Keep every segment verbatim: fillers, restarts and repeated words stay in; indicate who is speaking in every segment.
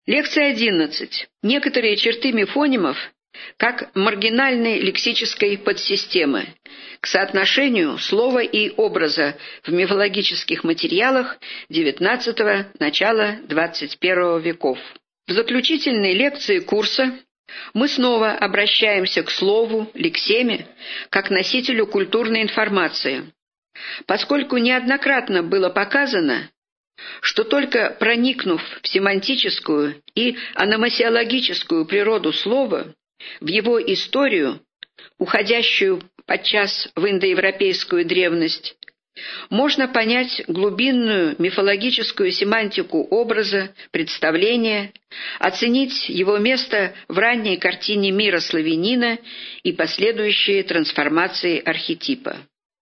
Speaker 1: Лекция одиннадцать. Некоторые черты мифонимов как маргинальной лексической подсистемы к соотношению слова и образа в мифологических материалах девятнадцатого – начала двадцать первого веков. В заключительной лекции курса мы снова обращаемся к слову, лексеме, как носителю культурной информации, поскольку неоднократно было показано, что только проникнув в семантическую и ономасиологическую природу слова, в его историю, уходящую подчас в индоевропейскую древность, можно понять глубинную мифологическую семантику образа, представления, оценить его место в ранней картине мира славянина и последующие трансформации архетипа.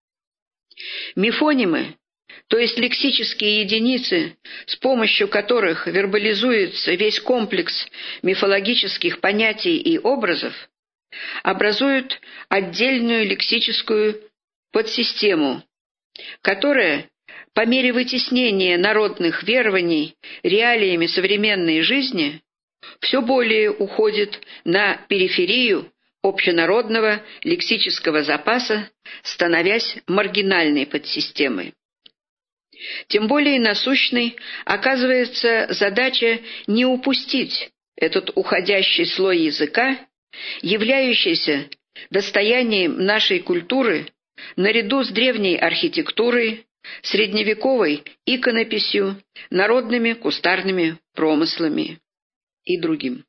Speaker 1: Мифонимы, то есть лексические единицы, с помощью которых вербализуется весь комплекс мифологических понятий и образов, образуют отдельную лексическую подсистему, которая, по мере вытеснения народных верований реалиями современной жизни, все более уходит на периферию общенародного лексического запаса, становясь маргинальной подсистемой. Тем более насущной оказывается задача не упустить этот уходящий слой языка, являющийся достоянием нашей культуры наряду с древней архитектурой, средневековой иконописью, народными кустарными промыслами и другим.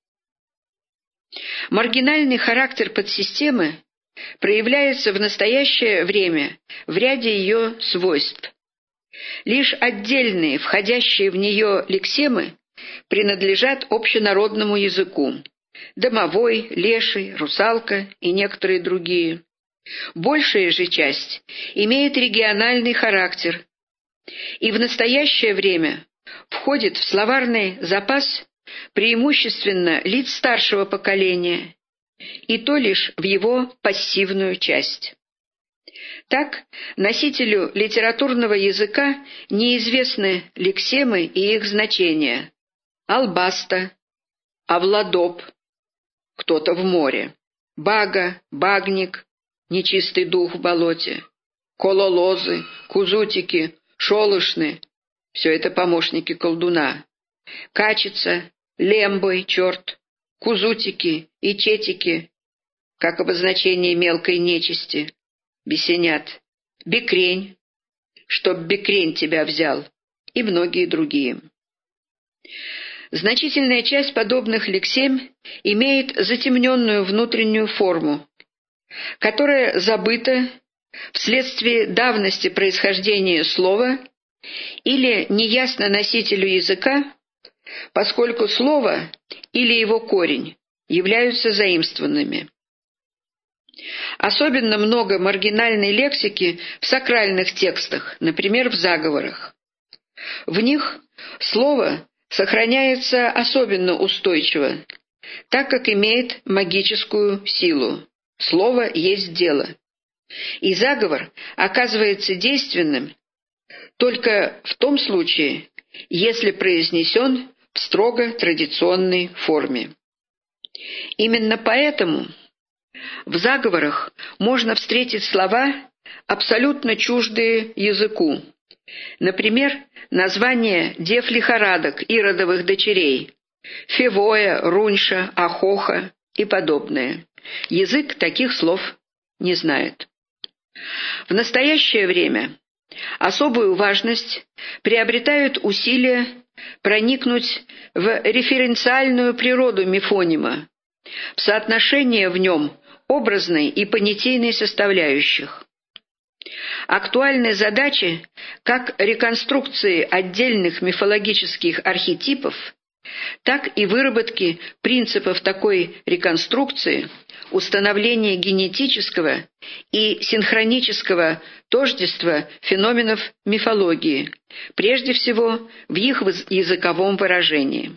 Speaker 1: Маргинальный характер подсистемы проявляется в настоящее время в ряде ее свойств. Лишь отдельные, входящие в нее лексемы, принадлежат общенародному языку – домовой, леший, русалка и некоторые другие. Большая же часть имеет региональный характер и в настоящее время входит в словарный запас преимущественно лиц старшего поколения, и то лишь в его пассивную часть. Так, носителю литературного языка неизвестны лексемы и их значения. Албаста, Авладоп, кто-то в море, бага, багник, нечистый дух в болоте, кололозы, кузутики, шолошны — все это помощники колдуна, качица, лембой, черт, кузутики и четики, как обозначение мелкой нечисти, бесенят, бекрень, чтоб бекрень тебя взял, и многие другие. Значительная часть подобных лексем имеет затемненную внутреннюю форму, которая забыта вследствие давности происхождения слова или неясно носителю языка, поскольку слово или его корень являются заимствованными. Особенно много маргинальной лексики в сакральных текстах, например, в заговорах. В них слово сохраняется особенно устойчиво, так как имеет магическую силу. Слово есть дело. И заговор оказывается действенным только в том случае, если произнесен в строго традиционной форме. Именно поэтому в заговорах можно встретить слова, абсолютно чуждые языку. Например, названия дев-лихорадок иродовых дочерей – Февоя, Руньша, Ахоха и подобное. Язык таких слов не знает. В настоящее время особую важность приобретают усилия проникнуть в референциальную природу мифонима, в соотношение в нем образной и понятийной составляющих. Актуальны задачи как реконструкции отдельных мифологических архетипов, так и выработки принципов такой реконструкции, установления генетического и синхронического тождества феноменов мифологии, прежде всего в их языковом выражении.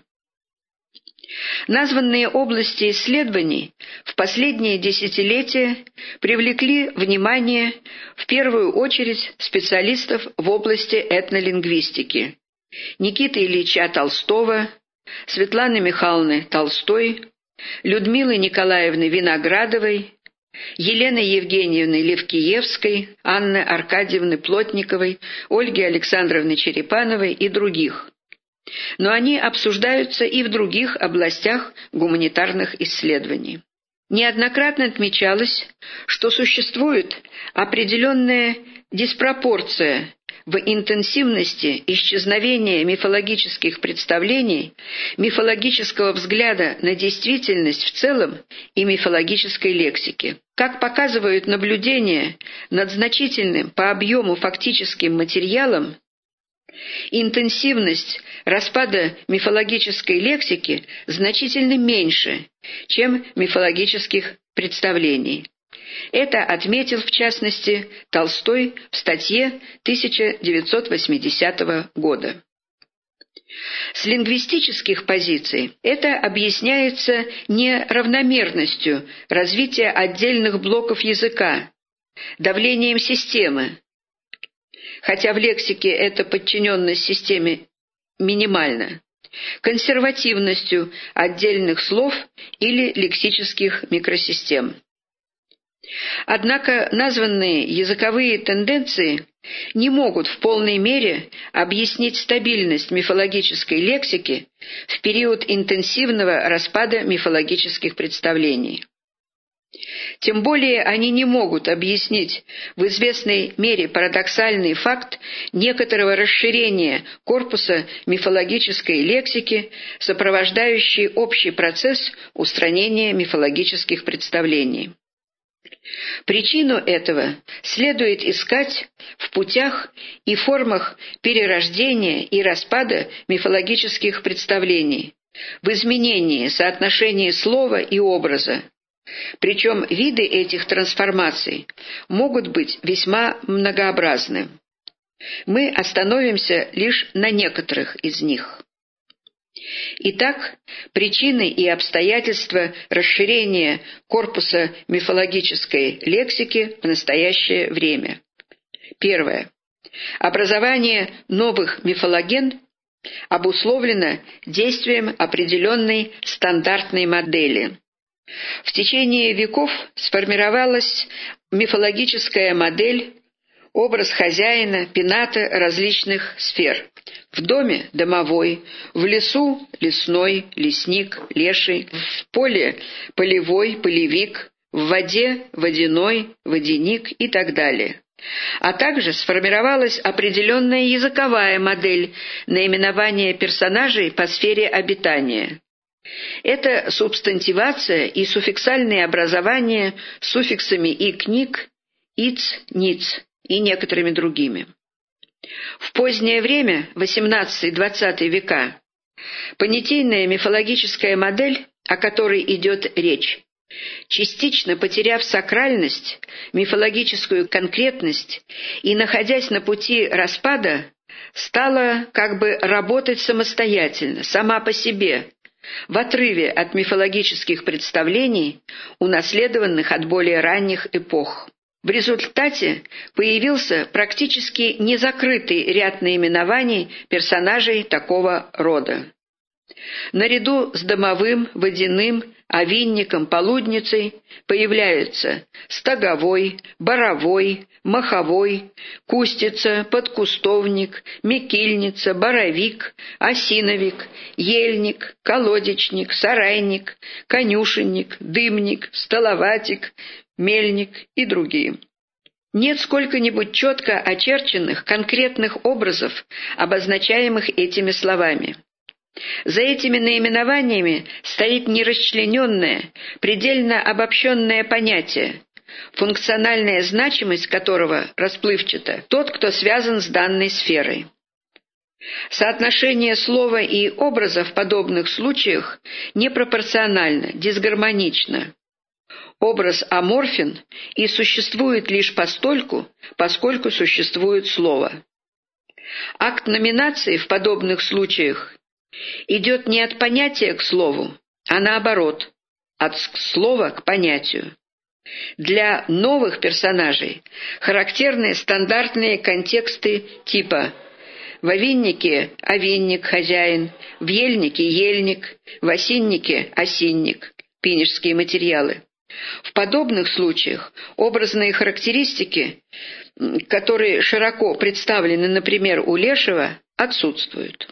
Speaker 1: Названные области исследований в последние десятилетия привлекли внимание в первую очередь специалистов в области этнолингвистики Никиты Ильича Толстого, Светланы Михайловны Толстой, Людмилы Николаевны Виноградовой, Елены Евгеньевны Левкиевской, Анны Аркадьевны Плотниковой, Ольги Александровны Черепановой и других. Но они обсуждаются и в других областях гуманитарных исследований. Неоднократно отмечалось, что существует определенная диспропорция в интенсивности исчезновения мифологических представлений, мифологического взгляда на действительность в целом и мифологической лексики. Как показывают наблюдения над значительным по объему фактическим материалом, интенсивность распада мифологической лексики значительно меньше, чем мифологических представлений. Это отметил, в частности, Толстой в статье тысяча девятьсот восьмидесятого года. С лингвистических позиций это объясняется неравномерностью развития отдельных блоков языка, давлением системы, хотя в лексике эта подчиненность системе минимальна, консервативностью отдельных слов или лексических микросистем. Однако названные языковые тенденции не могут в полной мере объяснить стабильность мифологической лексики в период интенсивного распада мифологических представлений. Тем более они не могут объяснить в известной мере парадоксальный факт некоторого расширения корпуса мифологической лексики, сопровождающий общий процесс устранения мифологических представлений. Причину этого следует искать в путях и формах перерождения и распада мифологических представлений, в изменении соотношения слова и образа. Причем виды этих трансформаций могут быть весьма многообразны. Мы остановимся лишь на некоторых из них. Итак, причины и обстоятельства расширения корпуса мифологической лексики в настоящее время. Первое. Образование новых мифологен обусловлено действием определенной стандартной модели. В течение веков сформировалась мифологическая модель, образ хозяина, пената различных сфер. В доме – домовой, в лесу – лесной, лесник, леший, в поле – полевой, полевик, в воде – водяной, водяник и так далее. А также сформировалась определенная языковая модель наименования персонажей по сфере обитания. Это субстантивация и суффиксальные образования с суффиксами и книг, иц, ниц и некоторыми другими. В позднее время, восемнадцатый-двадцатый века, понятийная мифологическая модель, о которой идет речь, частично потеряв сакральность, мифологическую конкретность и находясь на пути распада, стала как бы работать самостоятельно, сама по себе, в отрыве от мифологических представлений, унаследованных от более ранних эпох. В результате появился практически незакрытый ряд наименований персонажей такого рода. Наряду с домовым, водяным, овинником, полудницей появляются стоговой, боровой, маховой, кустица, подкустовник, мекильница, боровик, осиновик, ельник, колодечник, сарайник, конюшенник, дымник, столоватик, мельник и другие. Нет сколько-нибудь четко очерченных конкретных образов, обозначаемых этими словами. За этими наименованиями стоит нерасчлененное, предельно обобщенное понятие, функциональная значимость которого расплывчата, тот, кто связан с данной сферой. Соотношение слова и образа в подобных случаях непропорционально, дисгармонично. Образ аморфен и существует лишь постольку, поскольку существует слово. Акт номинации в подобных случаях идет не от понятия к слову, а наоборот, от слова к понятию. Для новых персонажей характерны стандартные контексты типа в овиннике – овинник, хозяин, в ельнике – ельник, в осиннике – осинник, пинежские материалы. В подобных случаях образные характеристики, которые широко представлены, например, у Лешева, отсутствуют.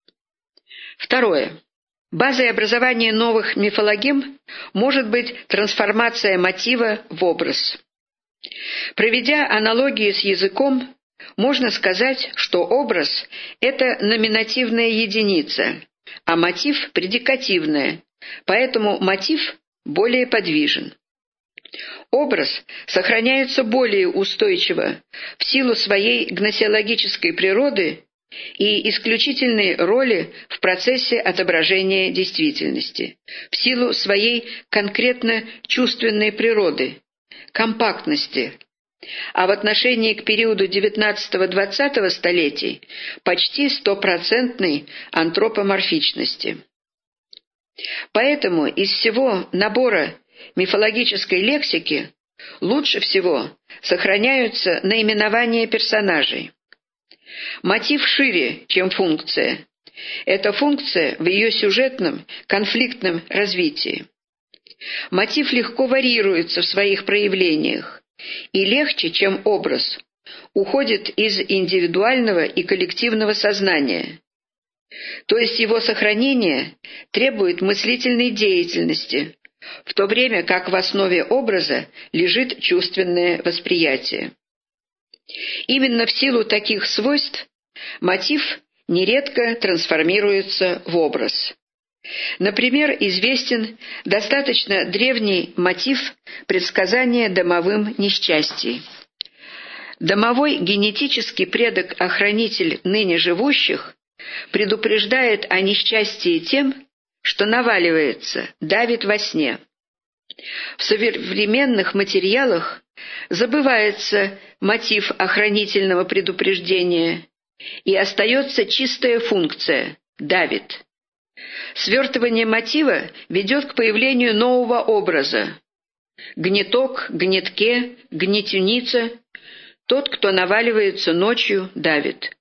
Speaker 1: Второе. Базой образования новых мифологем может быть трансформация мотива в образ. Проведя аналогии с языком, можно сказать, что образ – это номинативная единица, а мотив – предикативная, поэтому мотив более подвижен. Образ сохраняется более устойчиво в силу своей гносеологической природы и исключительной роли в процессе отображения действительности, в силу своей конкретно чувственной природы, компактности, а в отношении к периоду девятнадцатого-двадцатого столетий почти стопроцентной антропоморфичности. Поэтому из всего набора мифологической лексики лучше всего сохраняются наименования персонажей. Мотив шире, чем функция. Это функция в ее сюжетном, конфликтном развитии. Мотив легко варьируется в своих проявлениях и легче, чем образ, уходит из индивидуального и коллективного сознания. То есть его сохранение требует мыслительной деятельности, в то время как в основе образа лежит чувственное восприятие. Именно в силу таких свойств мотив нередко трансформируется в образ. Например, известен достаточно древний мотив предсказания домовым несчастий. Домовой генетический предок-охранитель ныне живущих предупреждает о несчастье тем, что наваливается, давит во сне. В современных материалах забывается мотив охранительного предупреждения, и остается чистая функция – давит. Свертывание мотива ведет к появлению нового образа. Гнеток, гнетке, гнетюница – тот, кто наваливается ночью, давит.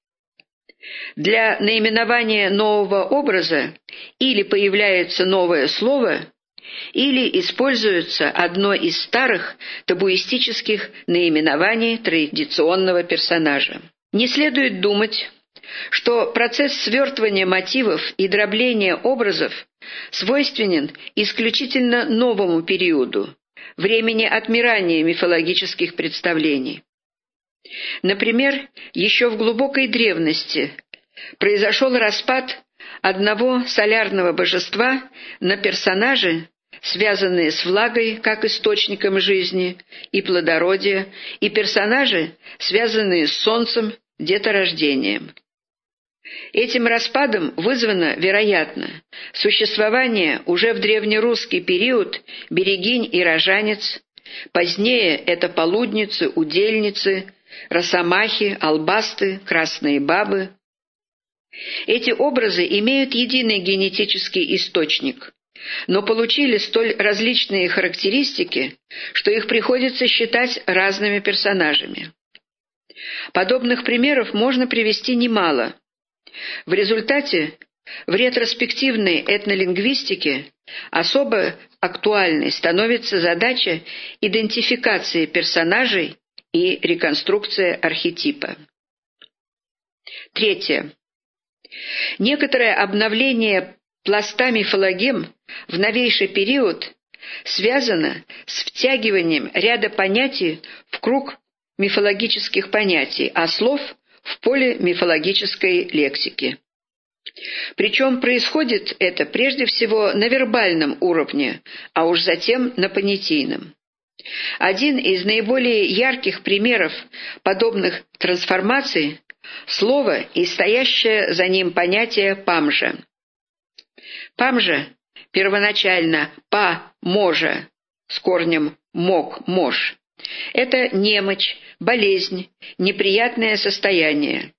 Speaker 1: Для наименования нового образа или появляется новое слово, или используется одно из старых табуистических наименований традиционного персонажа. Не следует думать, что процесс свертывания мотивов и дробления образов свойственен исключительно новому периоду, времени отмирания мифологических представлений. Например, еще в глубокой древности произошел распад одного солярного божества на персонажи, связанные с влагой как источником жизни и плодородия, и персонажи, связанные с солнцем, деторождением. Этим распадом вызвано, вероятно, существование уже в древнерусский период берегинь и рожанец, позднее это полудницы, удельницы, росомахи, албасты, красные бабы. Эти образы имеют единый генетический источник, но получили столь различные характеристики, что их приходится считать разными персонажами. Подобных примеров можно привести немало. В результате в ретроспективной этнолингвистике особо актуальной становится задача идентификации персонажей и реконструкция архетипа. Третье. Некоторое обновление пласта мифологем в новейший период связано с втягиванием ряда понятий в круг мифологических понятий, а слов в поле мифологической лексики. Причем происходит это прежде всего на вербальном уровне, а уж затем на понятийном. Один из наиболее ярких примеров подобных трансформаций – слово и стоящее за ним понятие «памжа». Памжа первоначально «па-можа» с корнем «мог-мож». Это немочь, болезнь, неприятное состояние.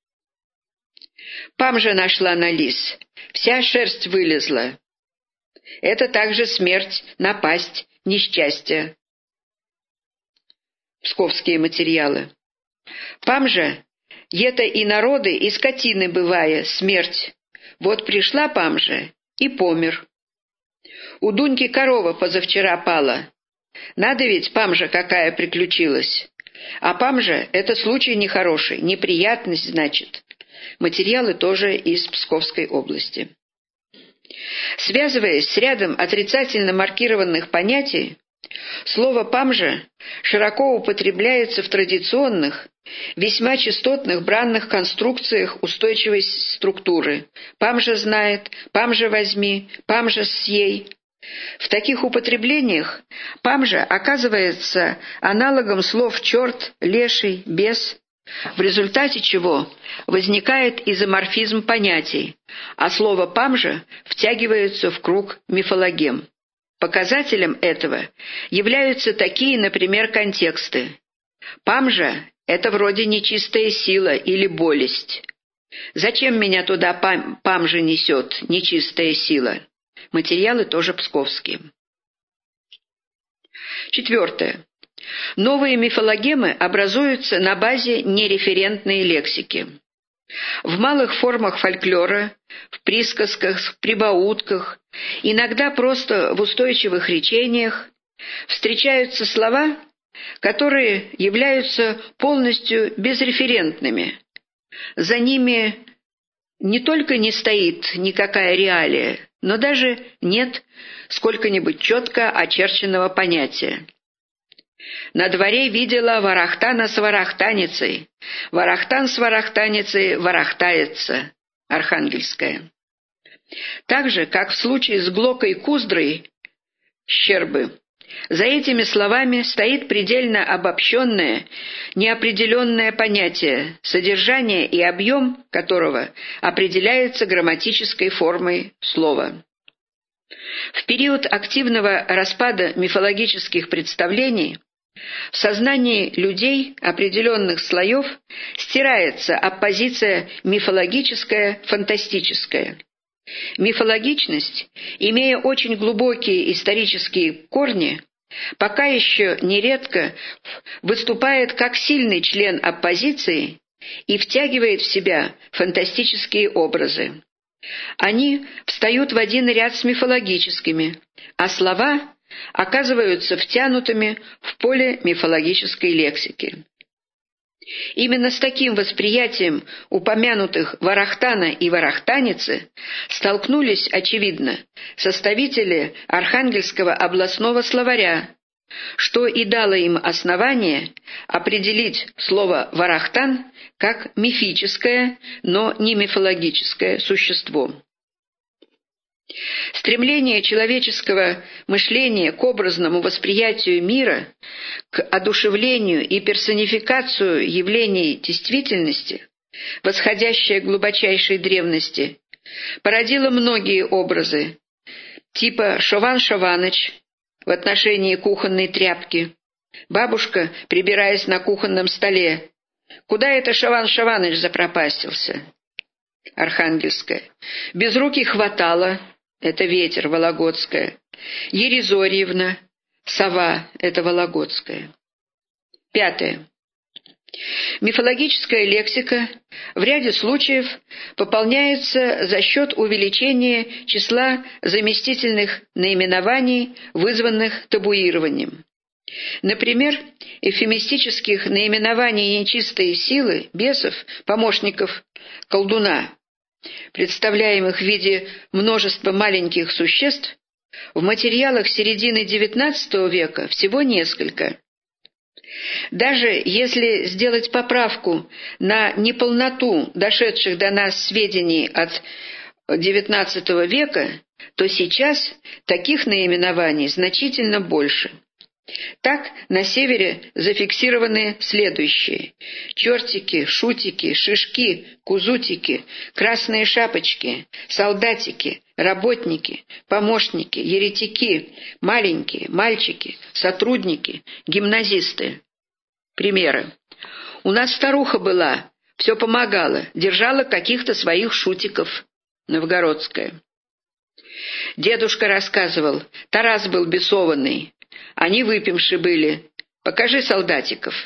Speaker 1: Памжа нашла на лис, вся шерсть вылезла. Это также смерть, напасть, несчастье. Псковские материалы. Памжа ето и народы, и скотины бывая, смерть. Вот пришла памжа и помер. У Дуньки корова позавчера пала. Надо ведь, памжа какая приключилась. А памжа — это случай нехороший, неприятность, значит. Материалы тоже из Псковской области. Связываясь с рядом отрицательно маркированных понятий, слово «памжа» широко употребляется в традиционных, весьма частотных бранных конструкциях устойчивой структуры. «Памжа знает», «памжа возьми», «памжа съей». В таких употреблениях «памжа» оказывается аналогом слов «черт», «леший», «бес», в результате чего возникает изоморфизм понятий, а слово «памжа» втягивается в круг мифологем. Показателем этого являются такие, например, контексты. «Памжа» — это вроде нечистая сила или болесть. «Зачем меня туда пам памжа несет, нечистая сила?» Материалы тоже псковские. Четвертое. Новые мифологемы образуются на базе нереферентной лексики. В малых формах фольклора, в присказках, в прибаутках, иногда просто в устойчивых речениях встречаются слова, которые являются полностью безреферентными. За ними не только не стоит никакая реалия, но даже нет сколько-нибудь четко очерченного понятия. На дворе видела варахтана с варахтаницей, варахтан с варахтаницей варахтается. Архангельская. Так же, как в случае с Глокой Куздрой, Щербы, за этими словами стоит предельно обобщенное, неопределенное понятие, содержание и объем которого определяется грамматической формой слова. В период активного распада мифологических представлений в сознании людей определенных слоев стирается оппозиция мифологическая-фантастическая. Мифологичность, имея очень глубокие исторические корни, пока еще нередко выступает как сильный член оппозиции и втягивает в себя фантастические образы. Они встают в один ряд с мифологическими, а слова оказываются втянутыми в поле мифологической лексики. Именно с таким восприятием упомянутых варахтана и варахтаницы столкнулись, очевидно, составители Архангельского областного словаря, что и дало им основание определить слово «варахтан» как мифическое, но не мифологическое существо. Стремление человеческого мышления к образному восприятию мира, к одушевлению и персонификацию явлений действительности, восходящее к глубочайшей древности, породило многие образы, типа «Шован Шованыч» в отношении кухонной тряпки, бабушка, прибираясь на кухонном столе, «Куда это Шован Шованыч запропастился?» Архангельская. «Безрукий хватало» — это ветер, Вологодская. Еризорьевна, сова — это Вологодская. Пятое. Мифологическая лексика в ряде случаев пополняется за счет увеличения числа заместительных наименований, вызванных табуированием. Например, эвфемистических наименований нечистой силы, бесов, помощников колдуна, представляемых в виде множества маленьких существ, в материалах середины девятнадцатого века всего несколько. Даже если сделать поправку на неполноту дошедших до нас сведений от девятнадцатого века, то сейчас таких наименований значительно больше. Так, на севере зафиксированы следующие: чертики, шутики, шишки, кузутики, красные шапочки, солдатики, работники, помощники, еретики, маленькие, мальчики, сотрудники, гимназисты. Примеры. У нас старуха была, все помогала, держала каких-то своих шутиков. Новгородская. Дедушка рассказывал, Тарас был бесованный. Они выпивши были. Покажи солдатиков.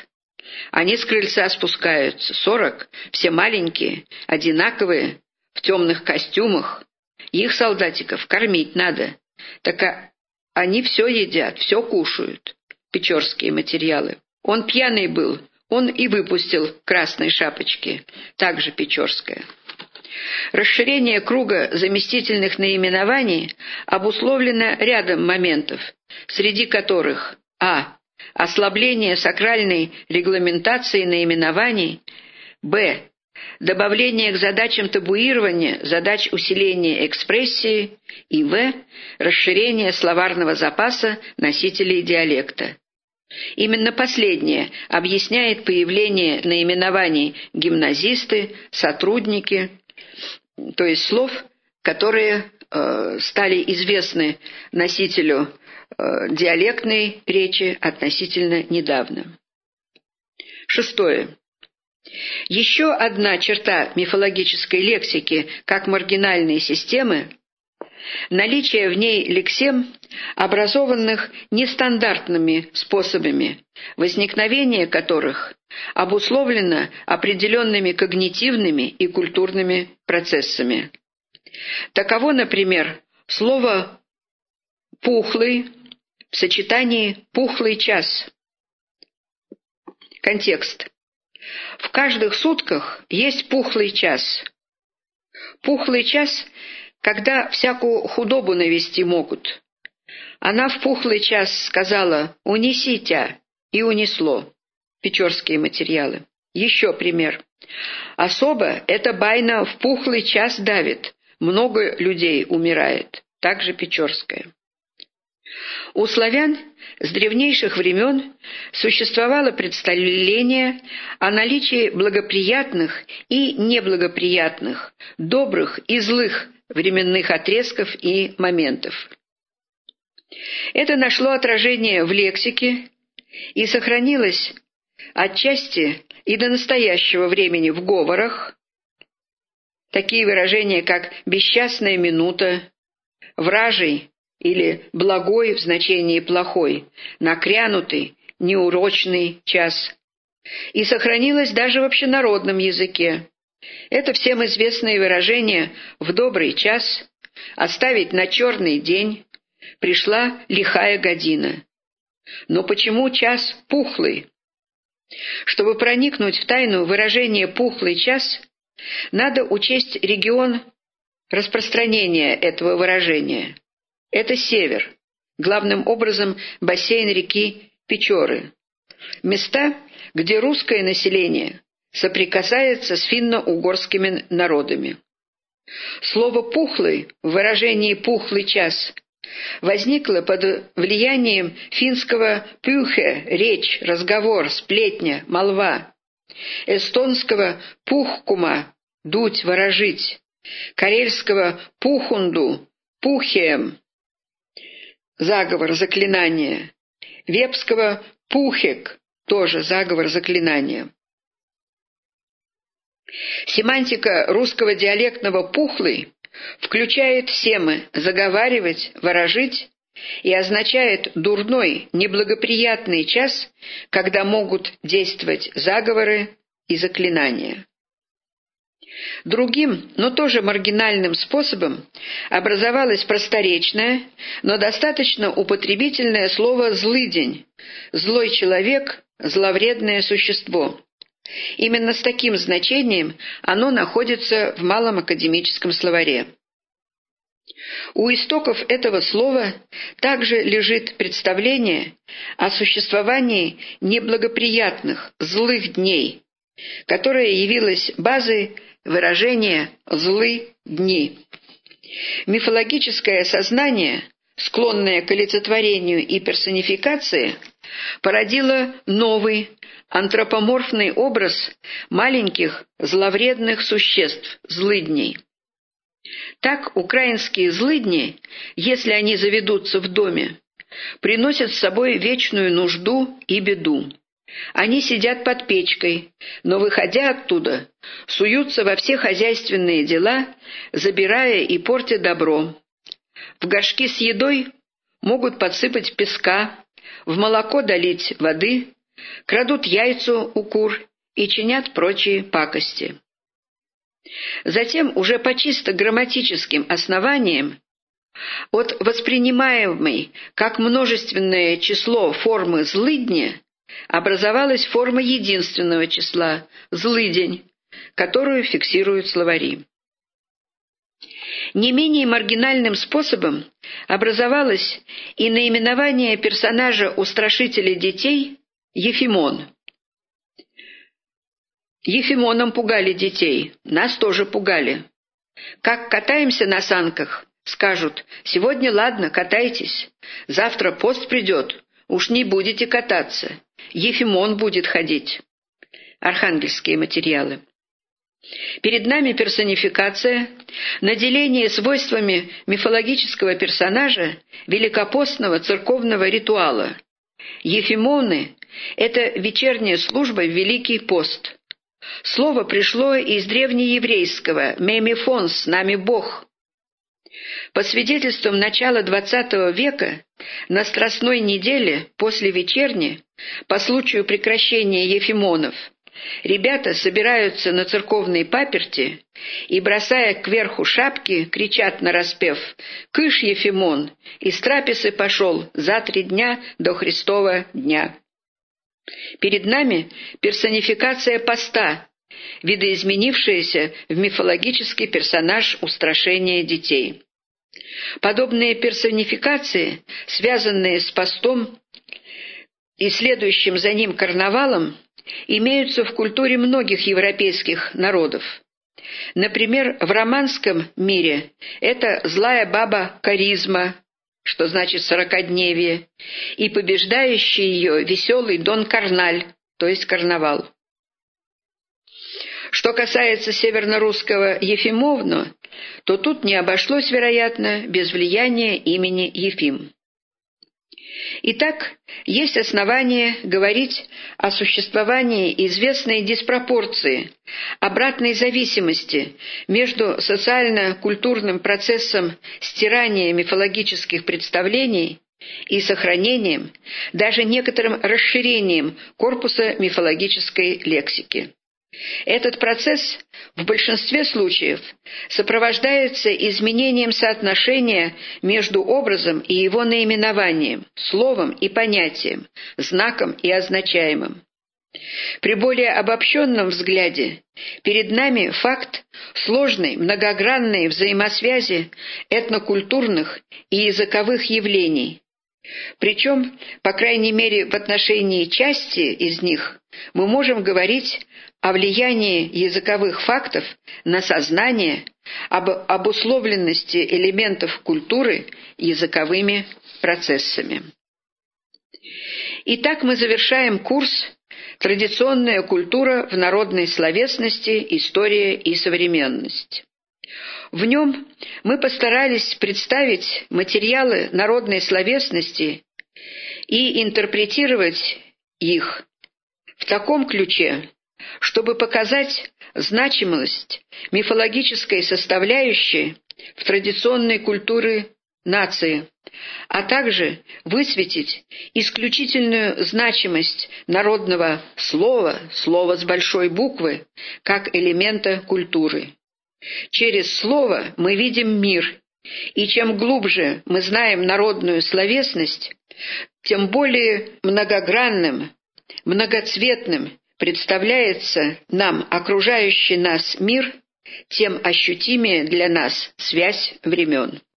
Speaker 1: Они с крыльца спускаются, сорок, все маленькие, одинаковые, в темных костюмах. Их, солдатиков, кормить надо. Так а они все едят, все кушают. Печорские материалы. Он пьяный был, он и выпустил красные шапочки, также Печорская. Расширение круга заместительных наименований обусловлено рядом моментов, среди которых а. Ослабление сакральной регламентации наименований, б. Добавление к задачам табуирования задач усиления экспрессии и в. Расширение словарного запаса носителей диалекта. Именно последнее объясняет появление наименований гимназисты, сотрудники, то есть слов, которые э, стали известны носителю э, диалектной речи относительно недавно. Шестое. Еще одна черта мифологической лексики как маргинальной системы – наличие в ней лексем, образованных нестандартными способами, возникновение которых обусловлено определенными когнитивными и культурными процессами. Таково, например, слово «пухлый» в сочетании «пухлый час». Контекст. В каждых сутках есть пухлый час. Пухлый час, когда всякую худобу навести могут. Она в пухлый час сказала «унеси тя» и унесло. Печорские материалы. Еще пример. Особо эта байна в пухлый час давит, много людей умирает. Также Печорская. У славян с древнейших времен существовало представление о наличии благоприятных и неблагоприятных, добрых и злых временных отрезков и моментов. Это нашло отражение в лексике и сохранилось отчасти и до настоящего времени в говорах. Такие выражения, как «бесчастная минута», «вражий» или «благой» в значении «плохой», «накрянутый», «неурочный час». И сохранилось даже в общенародном языке. Это всем известные выражения «в добрый час», «оставить на черный день», «пришла лихая година». Но почему час пухлый? Чтобы проникнуть в тайну выражения «пухлый час», надо учесть регион распространения этого выражения. Это север, главным образом бассейн реки Печоры. Места, где русское население соприкасается с финно-угорскими народами. Слово «пухлый» в выражении «пухлый час» возникло под влиянием финского «пюхе» – речь, разговор, сплетня, молва, эстонского «пухкума» – дуть, ворожить, карельского «пухунду» – пухеем, заговор, заклинание, вепского «пухек» – тоже заговор, заклинание. Семантика русского диалектного «пухлый» включает семы «заговаривать», «ворожить» и означает дурной, неблагоприятный час, когда могут действовать заговоры и заклинания. Другим, но тоже маргинальным способом образовалось просторечное, но достаточно употребительное слово «злыдень», «злой человек», «зловредное существо». Именно с таким значением оно находится в Малом академическом словаре. У истоков этого слова также лежит представление о существовании неблагоприятных, злых дней, которое явилось базой выражения «злы дни». Мифологическое сознание, склонное к олицетворению и персонификации, породило новый, антропоморфный образ маленьких зловредных существ, злыдней. Так украинские злыдни, если они заведутся в доме, приносят с собой вечную нужду и беду. Они сидят под печкой, но, выходя оттуда, суются во все хозяйственные дела, забирая и портя добро. В горшки с едой могут подсыпать песка, в молоко долить воды, крадут яйца у кур и чинят прочие пакости. Затем уже по чисто грамматическим основаниям от воспринимаемой как множественное число формы «злыдня» образовалась форма единственного числа «злыдень», которую фиксируют словари. Не менее маргинальным способом образовалось и наименование персонажа устрашителя детей Ефимон. Ефимоном пугали детей, нас тоже пугали. Как катаемся на санках, скажут: «Сегодня ладно, катайтесь, завтра пост придет, уж не будете кататься, Ефимон будет ходить». Архангельские материалы. Перед нами персонификация, наделение свойствами мифологического персонажа великопостного церковного ритуала. Ефимоны – это вечерняя служба в Великий пост. Слово пришло из древнееврейского «мемифон» – «с нами Бог». По свидетельствам начала двадцатого века, на Страстной неделе после вечерни, по случаю прекращения ефимонов, ребята собираются на церковной паперти и, бросая кверху шапки, кричат нараспев: «Кыш, Ефимон, из трапезы пошел за три дня до Христова дня». Перед нами персонификация поста, видоизменившаяся в мифологический персонаж устрашения детей. Подобные персонификации, связанные с постом и следующим за ним карнавалом, имеются в культуре многих европейских народов. Например, в романском мире это злая баба Каризма, что значит сорокодневие, и побеждающий ее веселый Дон Карналь, то есть карнавал. Что касается северно-русского Ефимовну, то тут не обошлось, вероятно, без влияния имени Ефим. Итак, есть основания говорить о существовании известной диспропорции, обратной зависимости между социально-культурным процессом стирания мифологических представлений и сохранением, даже некоторым расширением корпуса мифологической лексики. Этот процесс в большинстве случаев сопровождается изменением соотношения между образом и его наименованием, словом и понятием, знаком и означаемым. При более обобщенном взгляде перед нами факт сложной многогранной взаимосвязи этнокультурных и языковых явлений. Причем, по крайней мере, в отношении части из них мы можем говорить о влиянии языковых фактов на сознание, об обусловленности элементов культуры языковыми процессами. Итак, мы завершаем курс «Традиционная культура в народной словесности. История и современность». В нем мы постарались представить материалы народной словесности и интерпретировать их в таком ключе, чтобы показать значимость мифологической составляющей в традиционной культуре нации, а также высветить исключительную значимость народного слова, слова с большой буквы, как элемента культуры. Через слово мы видим мир, и чем глубже мы знаем народную словесность, тем более многогранным, многоцветным представляется нам окружающий нас мир, тем ощутимее для нас связь времен.